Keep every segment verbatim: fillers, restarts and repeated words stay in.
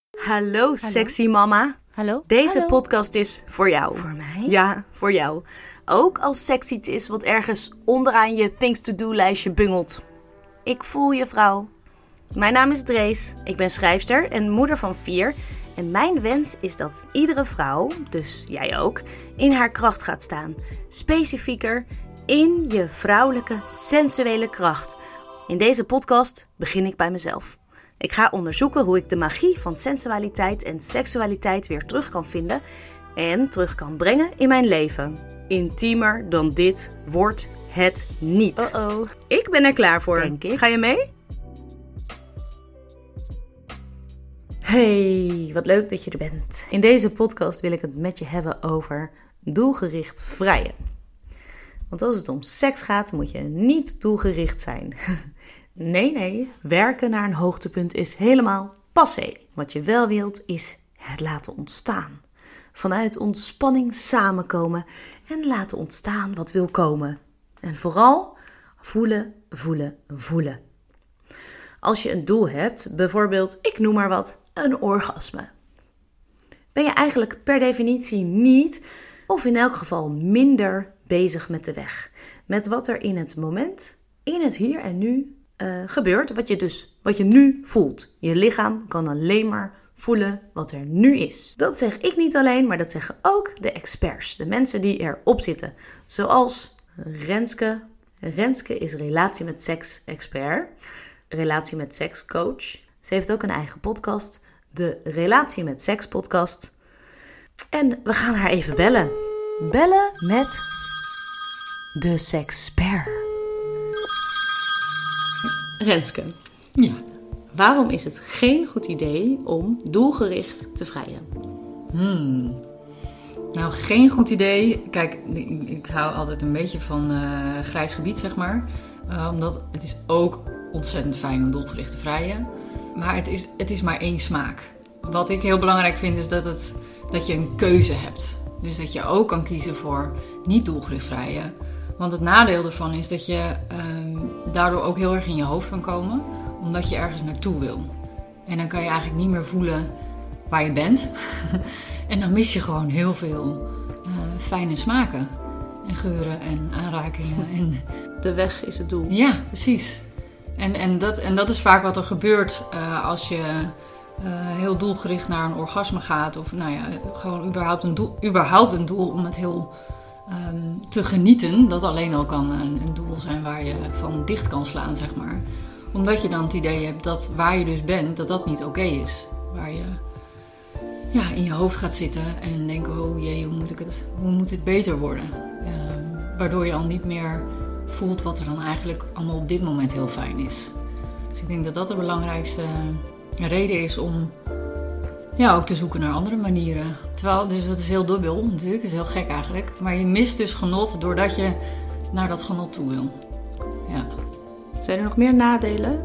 Hallo, sexy mama. Hallo? Deze Hallo. podcast is voor jou. Voor mij? Ja, voor jou. Ook als seks iets is wat ergens onderaan je things to do lijstje bungelt. Ik voel je, vrouw. Mijn naam is Drees. Ik ben schrijfster en moeder van vier. En mijn wens is dat iedere vrouw, dus jij ook, in haar kracht gaat staan. Specifieker in je vrouwelijke, sensuele kracht. In deze podcast begin ik bij mezelf. Ik ga onderzoeken hoe ik de magie van sensualiteit en seksualiteit weer terug kan vinden en terug kan brengen in mijn leven. Intiemer dan dit wordt het niet. Uh-oh. Ik ben er klaar voor. Denk ik. Ga je mee? Hey, wat leuk dat je er bent. In deze podcast wil ik het met je hebben over doelgericht vrijen. Want als het om seks gaat, moet je niet doelgericht zijn. Nee, nee, werken naar een hoogtepunt is helemaal passé. Wat je wel wilt, is het laten ontstaan. Vanuit ontspanning samenkomen en laten ontstaan wat wil komen. En vooral voelen, voelen, voelen. Als je een doel hebt, bijvoorbeeld, ik noem maar wat, een orgasme. Ben je eigenlijk per definitie niet, of in elk geval minder, bezig met de weg. Met wat er in het moment, in het hier en nu uh, gebeurt. Wat je dus, wat je nu voelt. Je lichaam kan alleen maar voelen wat er nu is. Dat zeg ik niet alleen, maar dat zeggen ook de experts. De mensen die erop zitten. Zoals Renske. Renske is relatie met seks expert. Relatie met seks coach. Ze heeft ook een eigen podcast. De Relatie met Seks podcast. En we gaan haar even bellen. Bellen met de sexpert. Renske. Ja. Waarom is het geen goed idee om doelgericht te vrijen? Hmm. Nou, geen goed idee. Kijk, ik, ik hou altijd een beetje van uh, grijs gebied, zeg maar. Uh, omdat het is ook ontzettend fijn om doelgericht te vrijen. Maar het is, het is maar één smaak. Wat ik heel belangrijk vind is dat, het, dat je een keuze hebt. Dus dat je ook kan kiezen voor niet doelgericht vrijen. Want het nadeel ervan is dat je uh, daardoor ook heel erg in je hoofd kan komen. Omdat je ergens naartoe wil. En dan kan je eigenlijk niet meer voelen waar je bent. En dan mis je gewoon heel veel uh, fijne smaken. En geuren en aanrakingen. En... De weg is het doel. Ja, precies. En, en, dat, en dat is vaak wat er gebeurt uh, als je uh, heel doelgericht naar een orgasme gaat. Of nou ja, gewoon überhaupt een doel, überhaupt een doel om het heel um, te genieten. Dat alleen al kan een, een doel zijn waar je van dicht kan slaan, zeg maar. Omdat je dan het idee hebt dat waar je dus bent, dat dat niet oké is. Waar je ja, in je hoofd gaat zitten en denken, oh jee, hoe moet, ik het, hoe moet dit beter worden? Um, waardoor je al niet meer voelt wat er dan eigenlijk allemaal op dit moment heel fijn is. Dus ik denk dat dat de belangrijkste reden is om ja, ook te zoeken naar andere manieren. Terwijl, dus dat is heel dubbel natuurlijk, dat is heel gek eigenlijk. Maar je mist dus genot doordat je naar dat genot toe wil. Ja. Zijn er nog meer nadelen?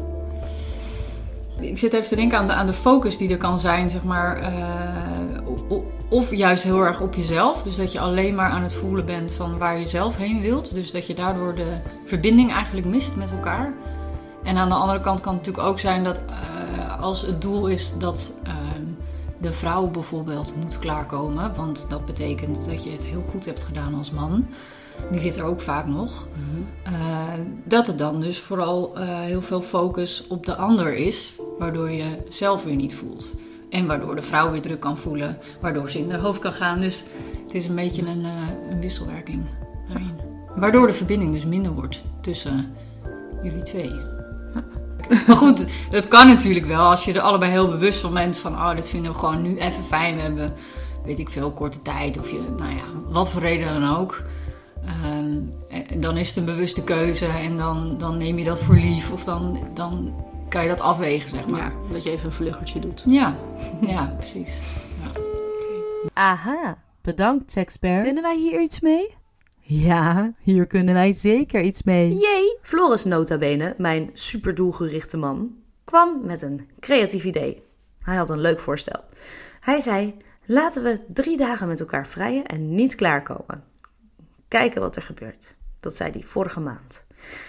Ik zit even te denken aan de, aan de focus die er kan zijn, zeg maar. Uh, of juist heel erg op jezelf. Dus dat je alleen maar aan het voelen bent van waar je zelf heen wilt. Dus dat je daardoor de verbinding eigenlijk mist met elkaar. En aan de andere kant kan het natuurlijk ook zijn dat uh, als het doel is dat uh, de vrouw bijvoorbeeld moet klaarkomen. Want dat betekent dat je het heel goed hebt gedaan als man. Die zit er ook vaak nog. Mm-hmm. Uh, dat het dan dus vooral uh, heel veel focus op de ander is. Waardoor je zelf weer niet voelt. En waardoor de vrouw weer druk kan voelen. Waardoor ze in haar hoofd kan gaan. Dus het is een beetje een, uh, een wisselwerking daarin. Waardoor de verbinding dus minder wordt tussen jullie twee. Maar goed, dat kan natuurlijk wel. Als je er allebei heel bewust van bent. Van oh, dit vinden we gewoon nu even fijn. We hebben, weet ik veel, korte tijd. Of je, nou ja, wat voor reden dan ook. Um, dan is het een bewuste keuze. En dan, dan neem je dat voor lief. Of dan... dan kan je dat afwegen, zeg maar. Ja, dat je even een vluggertje doet. Ja, ja, precies. Ja. Aha, bedankt, sexpert. Kunnen wij hier iets mee? Ja, hier kunnen wij zeker iets mee. Jee! Floris nota bene, mijn superdoelgerichte man, kwam met een creatief idee. Hij had een leuk voorstel. Hij zei, laten we drie dagen met elkaar vrijen en niet klaarkomen. Kijken wat er gebeurt. Dat zei hij vorige maand.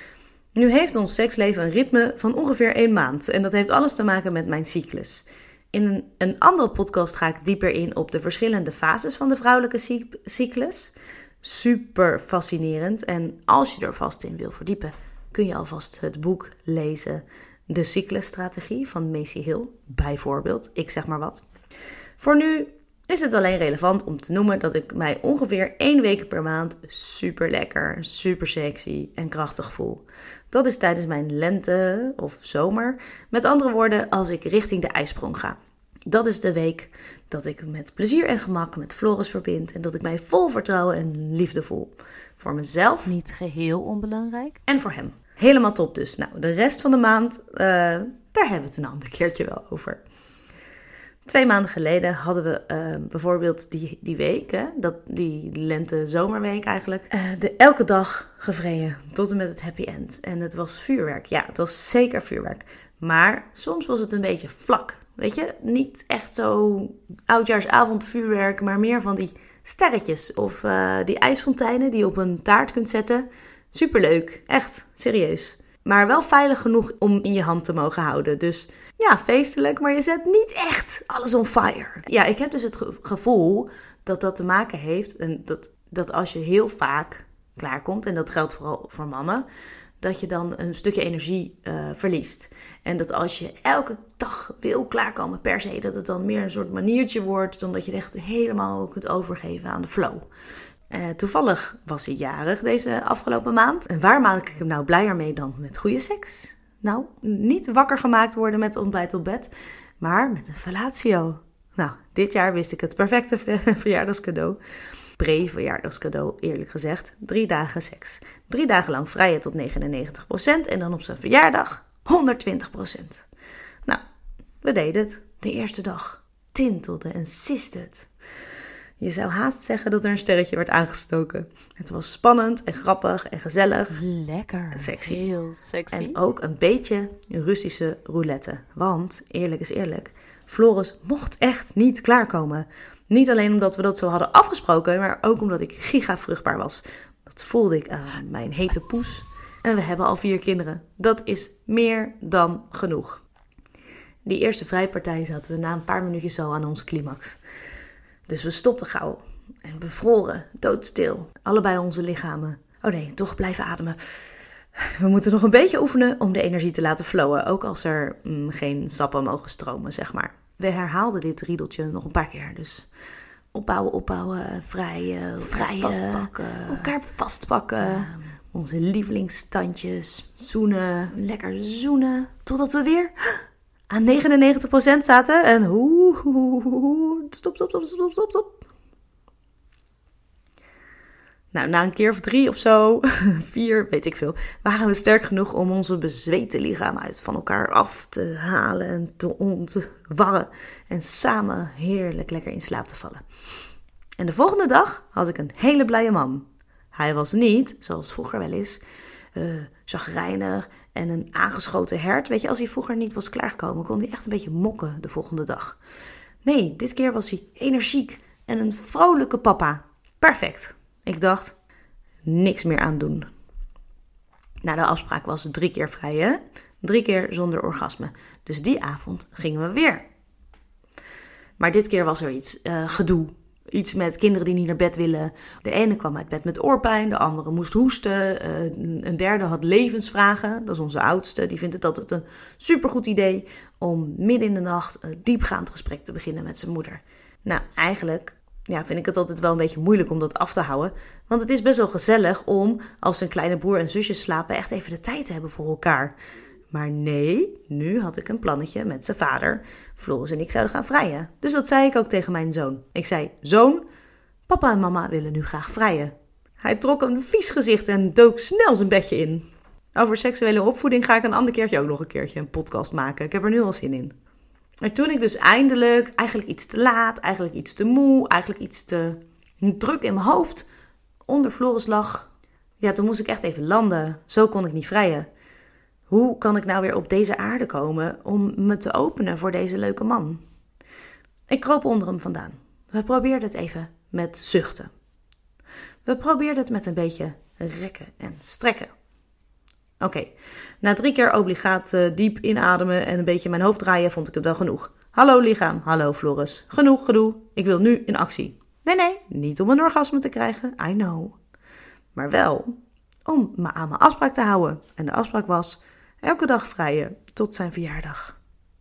Nu heeft ons seksleven een ritme van ongeveer één maand. En dat heeft alles te maken met mijn cyclus. In een, een andere podcast ga ik dieper in op de verschillende fases van de vrouwelijke cy- cyclus. Super fascinerend. En als je er vast in wil verdiepen, kun je alvast het boek lezen. De cyclusstrategie van Macy Hill, bijvoorbeeld. Ik zeg maar wat. Voor nu is het alleen relevant om te noemen dat ik mij ongeveer één week per maand super lekker, super sexy en krachtig voel. Dat is tijdens mijn lente of zomer. Met andere woorden, als ik richting de ijsprong ga. Dat is de week dat ik met plezier en gemak met Floris verbind en dat ik mij vol vertrouwen en liefde voel. Voor mezelf. Niet geheel onbelangrijk. En voor hem. Helemaal top dus. Nou, de rest van de maand, uh, daar hebben we het een ander keertje wel over. Twee maanden geleden hadden we uh, bijvoorbeeld die, die week, hè, dat, die lente-zomerweek eigenlijk, uh, de, elke dag gevreden tot en met het happy end. En het was vuurwerk. Ja, het was zeker vuurwerk. Maar soms was het een beetje vlak. Weet je, niet echt zo oudjaarsavond vuurwerk, maar meer van die sterretjes of uh, die ijsfonteinen die je op een taart kunt zetten. Superleuk, echt, serieus. Maar wel veilig genoeg om in je hand te mogen houden. Dus ja, feestelijk, maar je zet niet echt alles on fire. Ja, ik heb dus het ge- gevoel dat dat te maken heeft en dat, dat als je heel vaak klaarkomt, en dat geldt vooral voor mannen, dat je dan een stukje energie uh, verliest. En dat als je elke dag wil klaarkomen per se, dat het dan meer een soort maniertje wordt, dan dat je het echt helemaal kunt overgeven aan de flow. Uh, toevallig was hij jarig deze afgelopen maand. En waar maak ik hem nou blijer mee dan met goede seks? Nou, niet wakker gemaakt worden met ontbijt op bed, maar met een fellatio. Nou, dit jaar wist ik het perfecte verjaardagscadeau. Pre-verjaardagscadeau, eerlijk gezegd. Drie dagen seks. Drie dagen lang vrijen tot negenennegentig procent en dan op zijn verjaardag honderdtwintig procent. Nou, we deden het. De eerste dag tintelde en siste het. Je zou haast zeggen dat er een sterretje werd aangestoken. Het was spannend en grappig en gezellig. Lekker. En sexy. Heel sexy. En ook een beetje een Russische roulette. Want, eerlijk is eerlijk, Floris mocht echt niet klaarkomen. Niet alleen omdat we dat zo hadden afgesproken, maar ook omdat ik giga vruchtbaar was. Dat voelde ik aan mijn hete poes. En we hebben al vier kinderen. Dat is meer dan genoeg. Die eerste vrijpartij zaten we na een paar minuutjes al aan onze climax. Dus we stopten gauw en bevroren, doodstil, allebei onze lichamen. Oh nee, toch blijven ademen. We moeten nog een beetje oefenen om de energie te laten flowen, ook als er mm, geen sappen mogen stromen, zeg maar. We herhaalden dit riedeltje nog een paar keer, dus opbouwen, opbouwen, vrijen, vrijen, vastpakken, elkaar vastpakken. Ja. Onze lievelingsstandjes, zoenen, lekker zoenen, totdat we weer aan negenennegentig procent zaten en hoe, hoe, hoe, stop, stop, stop, stop, stop, stop. Nou, na een keer of drie of zo, vier, weet ik veel, waren we sterk genoeg om onze bezweten lichaam uit van elkaar af te halen en te ontwarren en samen heerlijk lekker in slaap te vallen. En de volgende dag had ik een hele blije man. Hij was niet, zoals vroeger wel eens, uh, chagrijnig en een aangeschoten hert. Weet je, als hij vroeger niet was klaargekomen, kon hij echt een beetje mokken de volgende dag. Nee, dit keer was hij energiek en een vrolijke papa. Perfect. Ik dacht, niks meer aan doen. Nou, de afspraak was drie keer vrij, hè? Drie keer zonder orgasme. Dus die avond gingen we weer. Maar dit keer was er iets uh, gedoe. Iets met kinderen die niet naar bed willen. De ene kwam uit bed met oorpijn, de andere moest hoesten. Uh, een derde had levensvragen, dat is onze oudste. Die vindt het altijd een supergoed idee om midden in de nacht een diepgaand gesprek te beginnen met zijn moeder. Nou, eigenlijk ja, vind ik het altijd wel een beetje moeilijk om dat af te houden. Want het is best wel gezellig om, als zijn kleine broer en zusje slapen, echt even de tijd te hebben voor elkaar. Maar nee, nu had ik een plannetje met zijn vader. Floris en ik zouden gaan vrijen. Dus dat zei ik ook tegen mijn zoon. Ik zei, zoon, papa en mama willen nu graag vrijen. Hij trok een vies gezicht en dook snel zijn bedje in. Over seksuele opvoeding ga ik een ander keertje ook nog een keertje een podcast maken. Ik heb er nu al zin in. En toen ik dus eindelijk, eigenlijk iets te laat, eigenlijk iets te moe, eigenlijk iets te druk in mijn hoofd, onder Floris lag, ja, toen moest ik echt even landen. Zo kon ik niet vrijen. Hoe kan ik nou weer op deze aarde komen om me te openen voor deze leuke man? Ik kroop onder hem vandaan. We probeerden het even met zuchten. We probeerden het met een beetje rekken en strekken. Oké, okay. Na drie keer obligaat uh, diep inademen en een beetje mijn hoofd draaien vond ik het wel genoeg. Hallo lichaam, hallo Floris. Genoeg gedoe, ik wil nu in actie. Nee, nee, niet om een orgasme te krijgen, I know. Maar wel om me aan mijn afspraak te houden. En de afspraak was elke dag vrijen tot zijn verjaardag.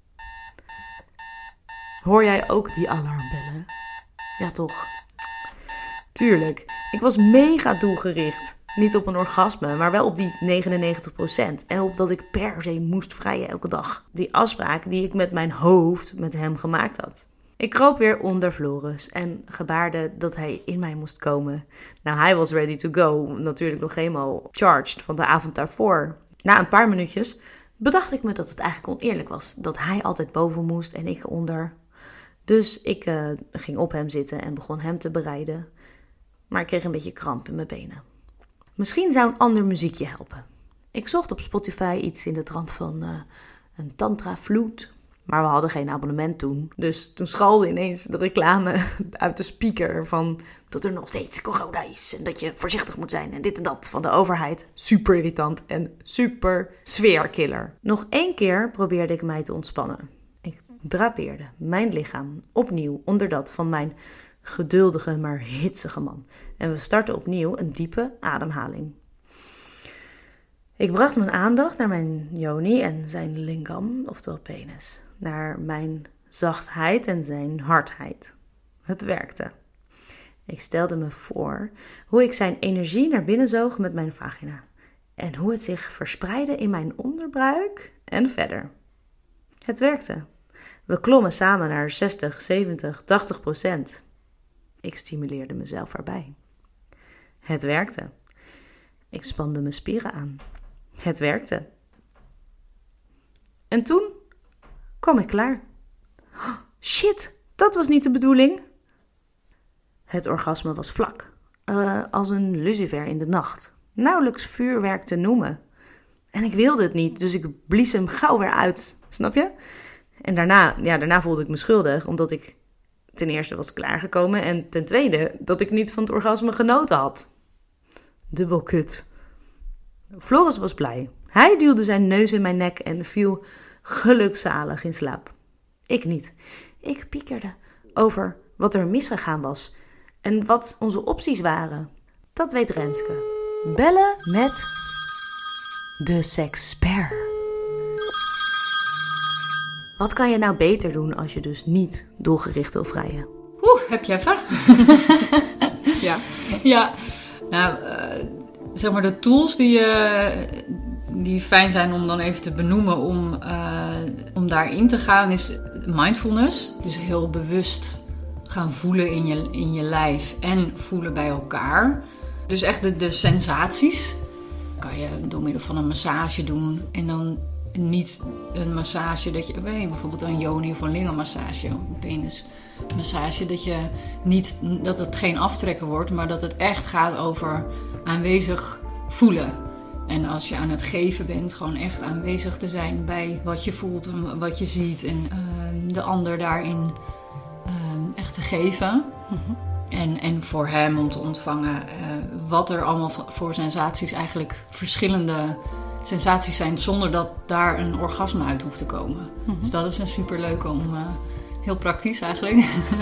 Hoor jij ook die alarmbellen? Ja, toch? Tuurlijk, ik was mega doelgericht. Niet op een orgasme, maar wel op die negenennegentig procent. En op dat ik per se moest vrijen elke dag. Die afspraak die ik met mijn hoofd met hem gemaakt had. Ik kroop weer onder Floris en gebaarde dat hij in mij moest komen. Nou, hij was ready to go. Natuurlijk nog helemaal charged van de avond daarvoor. Na een paar minuutjes bedacht ik me dat het eigenlijk oneerlijk was. Dat hij altijd boven moest en ik onder. Dus ik uh, ging op hem zitten en begon hem te bereiden. Maar ik kreeg een beetje kramp in mijn benen. Misschien zou een ander muziekje helpen. Ik zocht op Spotify iets in de trant van uh, een tantra flute. Maar we hadden geen abonnement toen. Dus toen schalde ineens de reclame uit de speaker van dat er nog steeds corona is. En dat je voorzichtig moet zijn en dit en dat van de overheid. Super irritant en super sfeerkiller. Nog één keer probeerde ik mij te ontspannen. Ik drapeerde mijn lichaam opnieuw onder dat van mijn geduldige maar hitsige man. En we startten opnieuw een diepe ademhaling. Ik bracht mijn aandacht naar mijn yoni en zijn lingam, oftewel penis. Naar mijn zachtheid en zijn hardheid. Het werkte. Ik stelde me voor hoe ik zijn energie naar binnen zoog met mijn vagina. En hoe het zich verspreidde in mijn onderbuik en verder. Het werkte. We klommen samen naar zestig, zeventig, tachtig procent. Ik stimuleerde mezelf erbij. Het werkte. Ik spande mijn spieren aan. Het werkte. En toen kwam ik klaar. Oh, shit, dat was niet de bedoeling. Het orgasme was vlak. Uh, als een lucifer in de nacht. Nauwelijks vuurwerk te noemen. En ik wilde het niet, dus ik blies hem gauw weer uit. Snap je? En daarna, ja, daarna voelde ik me schuldig, omdat ik ten eerste was klaargekomen en ten tweede dat ik niet van het orgasme genoten had. Dubbel kut. Floris was blij. Hij duwde zijn neus in mijn nek en viel gelukzalig in slaap. Ik niet. Ik piekerde over wat er misgegaan was en wat onze opties waren. Dat weet Renske. Bellen met de sexpert. Wat kan je nou beter doen als je dus niet doelgericht wil vrijen? Oeh, heb je even? ja. Ja. Nou, uh, zeg maar de tools die, uh, die fijn zijn om dan even te benoemen om, uh, om daarin te gaan is mindfulness. Dus heel bewust gaan voelen in je, in je lijf en voelen bij elkaar. Dus echt de, de sensaties kan je door middel van een massage doen en dan niet een massage dat je, bijvoorbeeld een yoni of een lingam-massage, een penismassage, dat je niet, dat het geen aftrekken wordt, maar dat het echt gaat over aanwezig voelen. En als je aan het geven bent, gewoon echt aanwezig te zijn bij wat je voelt en wat je ziet en uh, de ander daarin uh, echt te geven. Mm-hmm. En, en voor hem om te ontvangen uh, wat er allemaal voor sensaties eigenlijk verschillende sensaties zijn zonder dat daar een orgasme uit hoeft te komen. Mm-hmm. Dus dat is een superleuke om, uh, heel praktisch eigenlijk.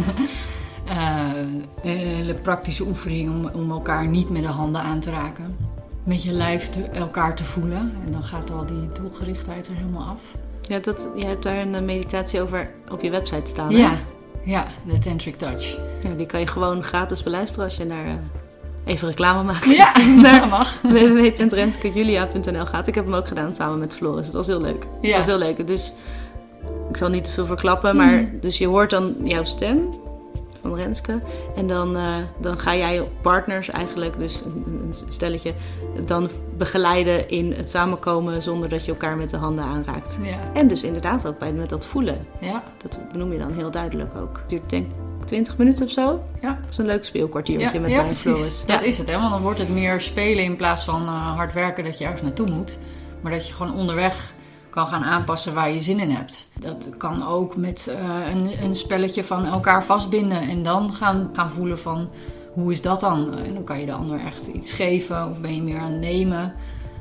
uh, een hele praktische oefening om, om elkaar niet met de handen aan te raken. Met je lijf te, elkaar te voelen. En dan gaat al die doelgerichtheid er helemaal af. Ja, dat, je hebt daar een meditatie over op je website staan, hè? Ja, ja, de Tantric Touch. Ja, die kan je gewoon gratis beluisteren als je naar... Uh... Even reclame maken. Ja, dat mag. w w w punt renske julia punt n l gaat. Ik heb hem ook gedaan samen met Floris. Het was heel leuk. Ja. Het was heel leuk. Dus ik zal niet te veel verklappen. Maar mm. dus je hoort dan jouw stem van Renske. En dan, uh, dan ga jij op partners eigenlijk, dus een, een stelletje, dan begeleiden in het samenkomen zonder dat je elkaar met de handen aanraakt. Ja. En dus inderdaad ook bij met dat voelen. Ja. Dat benoem je dan heel duidelijk ook. Het duurt denk twintig minuten of zo. Ja. Dat is een leuk speelkwartiertje ja, met ja, mij en Floris. Dat ja. is het, hè? Want dan wordt het meer spelen in plaats van uh, hard werken dat je ergens naartoe moet. Maar dat je gewoon onderweg kan gaan aanpassen waar je zin in hebt. Dat kan ook met uh, een, een spelletje van elkaar vastbinden en dan gaan, gaan voelen van hoe is dat dan? En dan kan je de ander echt iets geven of ben je meer aan het nemen.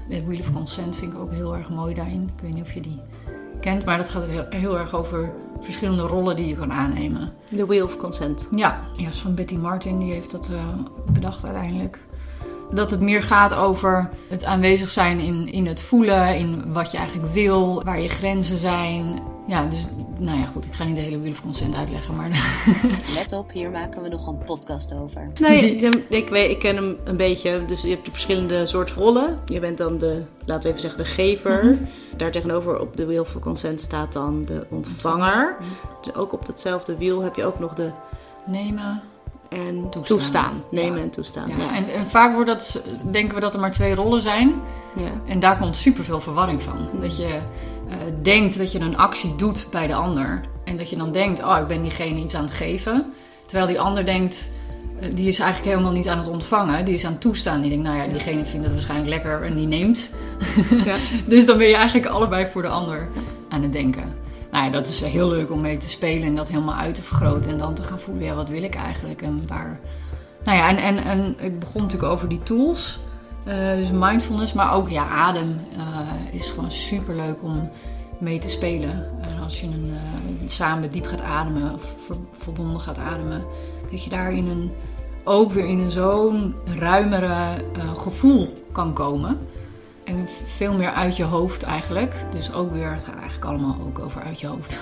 The Wheel of Consent vind ik ook heel erg mooi daarin. Ik weet niet of je die kent, maar dat gaat heel, heel erg over verschillende rollen die je kan aannemen. The Wheel of Consent. Ja, ja, dat is van Betty Martin, die heeft dat uh, bedacht uiteindelijk. Dat het meer gaat over het aanwezig zijn in, in het voelen, in wat je eigenlijk wil, waar je grenzen zijn. Ja, dus, nou ja, goed, ik ga niet de hele Wheel of Consent uitleggen, maar... Let op, hier maken we nog een podcast over. Nee, ik, weet, ik ken hem een beetje. Dus je hebt de verschillende soorten rollen. Je bent dan de, laten we even zeggen, de gever. Mm-hmm. Daar tegenover op de Wheel of Consent staat dan de ontvanger. Mm-hmm. Dus ook op datzelfde wiel heb je ook nog de... Nemen... En toestaan. toestaan. Nemen ja. en toestaan. Ja. Ja. En, en vaak wordt dat, denken we dat er maar twee rollen zijn. Ja. En daar komt superveel verwarring van. Mm. Dat je uh, denkt dat je een actie doet bij de ander. En dat je dan denkt, oh, ik ben diegene iets aan het geven. Terwijl die ander denkt, uh, die is eigenlijk helemaal niet aan het ontvangen. Die is aan het toestaan. Die denkt, nou ja, diegene vindt het waarschijnlijk lekker en die neemt. Ja. Dus dan ben je eigenlijk allebei voor de ander aan het denken. Nou ja, dat is heel leuk om mee te spelen en dat helemaal uit te vergroten. En dan te gaan voelen, ja, wat wil ik eigenlijk en waar... Nou ja, en, en, en ik begon natuurlijk over die tools. Uh, dus mindfulness, maar ook ja, adem uh, is gewoon super leuk om mee te spelen. En als je een, uh, samen diep gaat ademen of ver, verbonden gaat ademen, dat je daar in een, ook weer in een zo'n ruimere uh, gevoel kan komen. En veel meer uit je hoofd eigenlijk. Dus ook weer, het gaat eigenlijk allemaal ook over uit je hoofd.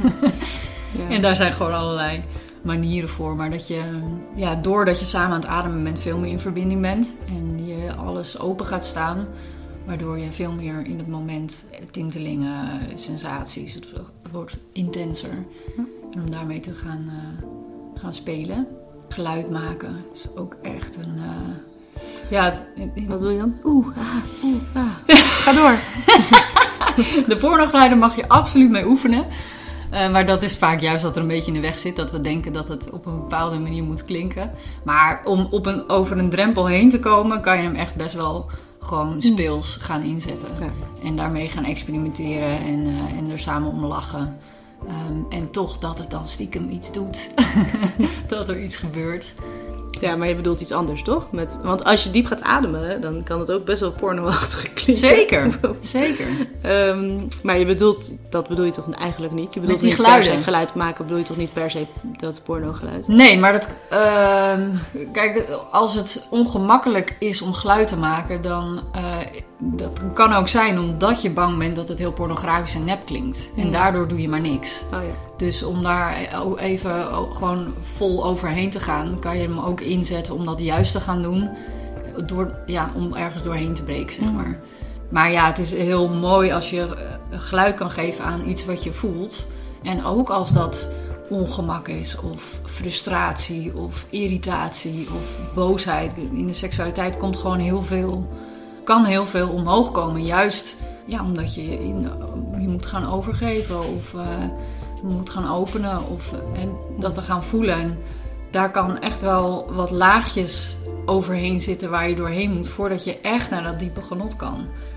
Ja. En daar zijn gewoon allerlei manieren voor. Maar dat je, ja, doordat je samen aan het ademen bent, veel meer in verbinding bent. En je alles open gaat staan. Waardoor je veel meer in het moment, tintelingen, sensaties, het wordt intenser. En om daarmee te gaan, uh, gaan spelen. Geluid maken is ook echt een... Uh, Ja, het, wat doe je dan? Oeh, ah, oeh, ah. Ga door. De pornogeluiden mag je absoluut mee oefenen. Uh, maar dat is vaak juist wat er een beetje in de weg zit. Dat we denken dat het op een bepaalde manier moet klinken. Maar om op een, over een drempel heen te komen, kan je hem echt best wel gewoon speels gaan inzetten. Ja. En daarmee gaan experimenteren en, uh, en er samen om lachen. Um, en toch dat het dan stiekem iets doet. Dat er iets gebeurt. Ja, maar je bedoelt iets anders, toch? Met, want als je diep gaat ademen, dan kan het ook best wel porno-achtig klinken. Zeker, zeker. Um, maar je bedoelt, dat bedoel je toch eigenlijk niet? Je bedoelt die niet geluiden. per se geluid maken, bedoel je toch niet per se dat porno-geluid? Nee, maar dat, uh, kijk, als het ongemakkelijk is om geluid te maken, dan uh, dat kan ook zijn omdat je bang bent dat het heel pornografisch en nep klinkt. En ja. daardoor doe je maar niks. Oh ja. Dus om daar even gewoon vol overheen te gaan, kan je hem ook inzetten om dat juist te gaan doen. Door, ja, om ergens doorheen te breken, zeg maar. Maar ja, het is heel mooi als je geluid kan geven aan iets wat je voelt. En ook als dat ongemak is, of frustratie, of irritatie, of boosheid. In de seksualiteit komt gewoon heel veel, kan heel veel omhoog komen. Juist ja, omdat je in, je moet gaan overgeven of... Uh, moet gaan openen of en dat te gaan voelen. En daar kan echt wel wat laagjes overheen zitten waar je doorheen moet voordat je echt naar dat diepe genot kan.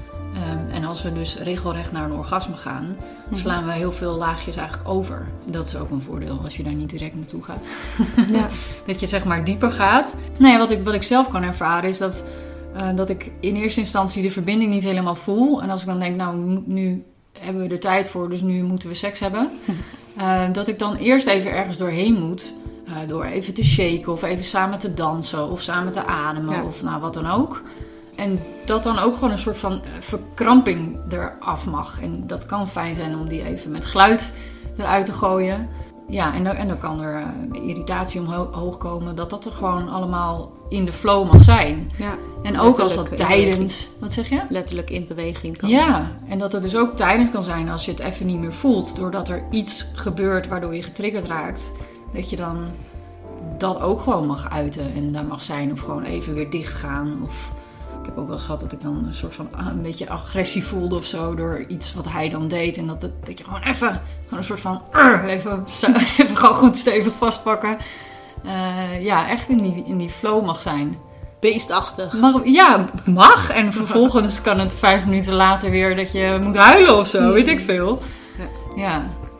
Um, en als we dus regelrecht naar een orgasme gaan, slaan we heel veel laagjes eigenlijk over. Dat is ook een voordeel als je daar niet direct naartoe gaat. Ja. Dat je zeg maar dieper gaat. Nou ja, wat ik, wat ik zelf kan ervaren is dat, uh, dat ik in eerste instantie de verbinding niet helemaal voel. En als ik dan denk, nou nu hebben we er tijd voor, dus nu moeten we seks hebben. Uh, dat ik dan eerst even ergens doorheen moet. Uh, door even te shaken of even samen te dansen of samen te ademen ja. of nou wat dan ook. En dat dan ook gewoon een soort van verkramping eraf mag. En dat kan fijn zijn om die even met geluid eruit te gooien. Ja, en dan, en dan kan er uh, irritatie omhoog komen. Dat dat er gewoon allemaal in de flow mag zijn. Ja, en ook als dat tijdens... Wat zeg je? Letterlijk in beweging kan. Ja, en dat het dus ook tijdens kan zijn als je het even niet meer voelt. Doordat er iets gebeurt waardoor je getriggerd raakt. Dat je dan dat ook gewoon mag uiten. En daar mag zijn of gewoon even weer dicht gaan. Of ik heb ook wel eens gehad dat ik dan een soort van een beetje agressie voelde of zo. Door iets wat hij dan deed. En dat, het, dat je gewoon even, gewoon een soort van... Uh, even, even gewoon goed stevig vastpakken. Uh, ja, echt in die, in die flow mag zijn. Beestachtig. Mag, ja, mag. En vervolgens kan het vijf minuten later weer dat je moet huilen of zo. Weet ik veel. Ja. ja.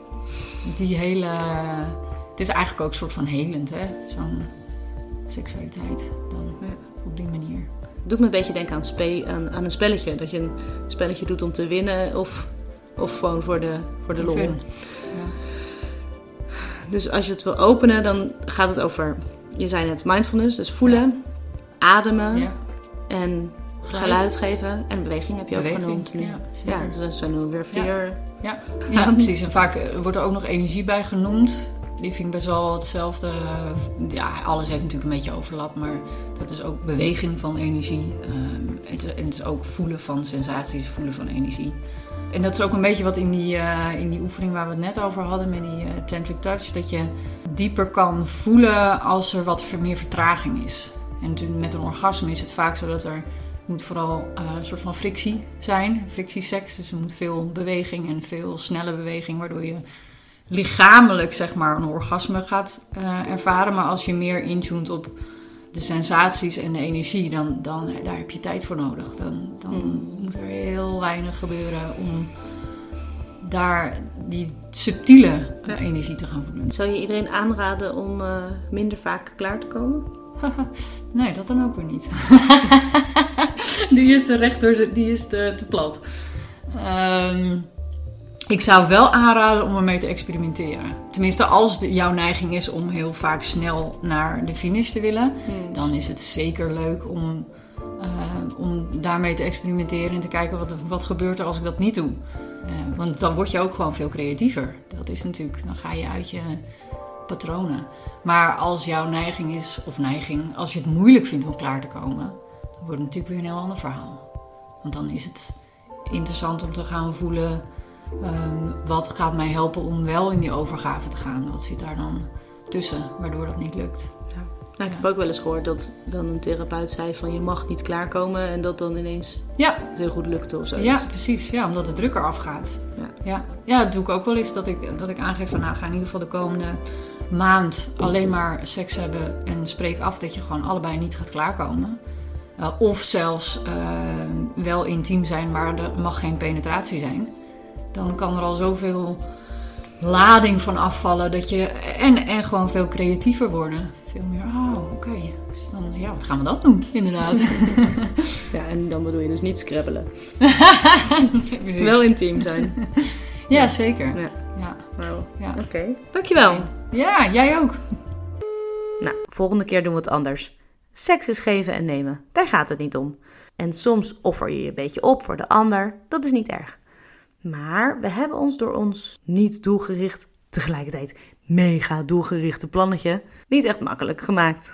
Die hele... Het is eigenlijk ook een soort van helend, hè. Zo'n seksualiteit dan ja. op die manier. doet me een beetje denken aan, spe, aan, aan een spelletje. Dat je een spelletje doet om te winnen of, of gewoon voor de, voor de lol. Ja. Dus als je het wil openen, dan gaat het over, je zei net, mindfulness. Dus voelen, ademen Ja. en Geluid. geluid geven. En beweging heb je Beweging, ook genoemd nu. ja, zeker. Ja, dus dat zijn nu weer vier. Ja, ja, precies. En vaak eh, wordt er ook nog energie bij genoemd. Die vind ik best wel hetzelfde. Ja, alles heeft natuurlijk een beetje overlap, maar dat is ook beweging van energie. Um, het, is, en het is ook voelen van sensaties, voelen van energie. En dat is ook een beetje wat in die, uh, in die oefening waar we het net over hadden, met die uh, tantric touch, dat je dieper kan voelen als er wat meer vertraging is. En natuurlijk met een orgasme is het vaak zo dat er moet vooral uh, een soort van frictie zijn, frictieseks. Dus er moet veel beweging en veel snelle beweging, waardoor je lichamelijk zeg maar een orgasme gaat uh, ervaren. Maar als je meer intunt op de sensaties en de energie, dan, dan daar heb je tijd voor nodig. Dan, dan mm. moet er heel weinig gebeuren om daar die subtiele Ja. energie te gaan voelen. Zou je iedereen aanraden om uh, minder vaak klaar te komen? Nee, dat dan ook weer niet. Die is te recht door, de, die is te, te plat. Um, ik zou wel aanraden om ermee te experimenteren. Tenminste, als de, jouw neiging is om heel vaak snel naar de finish te willen, hmm. dan is het zeker leuk om, uh, om daarmee te experimenteren en te kijken wat, wat gebeurt er als ik dat niet doe. Uh, want dan word je ook gewoon veel creatiever. Dat is natuurlijk, dan ga je uit je patronen. Maar als jouw neiging is, of neiging, als je het moeilijk vindt om klaar te komen, dan wordt het natuurlijk weer een heel ander verhaal. Want dan is het interessant om te gaan voelen, um, wat gaat mij helpen om wel in die overgave te gaan? Wat zit daar dan tussen, waardoor dat niet lukt? Ja. Nou, ik heb ook wel eens gehoord dat dan een therapeut zei van je mag niet klaarkomen en dat dan ineens ja. het heel goed lukte of zo. Ja, precies. Ja, omdat de druk eraf gaat. Ja. Ja. Ja, dat doe ik ook wel eens. Dat ik, dat ik aangeef van nou, ga in ieder geval de komende maand alleen maar seks hebben en spreek af dat je gewoon allebei niet gaat klaarkomen. Uh, of zelfs uh, wel intiem zijn, maar er mag geen penetratie zijn. Dan kan er al zoveel lading van afvallen dat je en, en gewoon veel creatiever worden. Veel meer, oh, oké. Okay. Dus dan, ja, wat gaan we dan doen, inderdaad. Ja, en dan bedoel je dus niet scrabbelen. Nee, wel intiem zijn. Ja, ja, zeker. Ja. Ja. Wow. Ja. Oké, okay. Dankjewel. Ja, jij ook. Nou, volgende keer doen we het anders. Seks is geven en nemen. Daar gaat het niet om. En soms offer je je een beetje op voor de ander. Dat is niet erg. Maar we hebben ons door ons niet doelgericht, tegelijkertijd mega doelgerichte plannetje niet echt makkelijk gemaakt.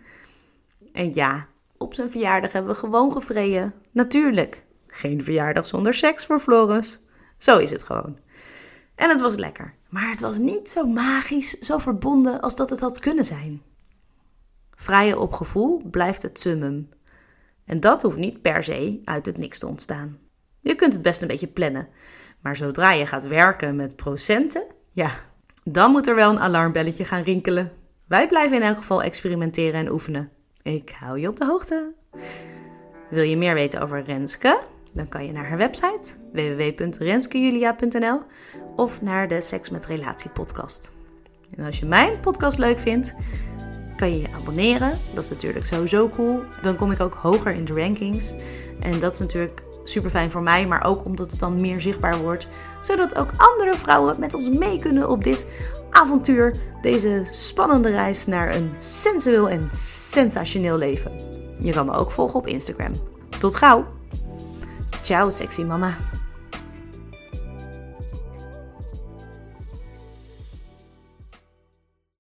En ja, op zijn verjaardag hebben we gewoon gevreden. Natuurlijk. Geen verjaardag zonder seks voor Floris. Zo is het gewoon. En het was lekker. Maar het was niet zo magisch, zo verbonden als dat het had kunnen zijn. Vrijen op gevoel blijft het summum. En dat hoeft niet per se uit het niks te ontstaan. Je kunt het best een beetje plannen. Maar zodra je gaat werken met procenten, ja, dan moet er wel een alarmbelletje gaan rinkelen. Wij blijven in elk geval experimenteren en oefenen. Ik hou je op de hoogte. Wil je meer weten over Renske? Dan kan je naar haar website w w w punt renskejulia punt n l of naar de Seks met Relatie podcast. En als je mijn podcast leuk vindt, kan je je abonneren. Dat is natuurlijk sowieso cool. Dan kom ik ook hoger in de rankings. En dat is natuurlijk super fijn voor mij, maar ook omdat het dan meer zichtbaar wordt. Zodat ook andere vrouwen met ons mee kunnen op dit avontuur. Deze spannende reis naar een sensueel en sensationeel leven. Je kan me ook volgen op Instagram. Tot gauw! Ciao, sexy mama.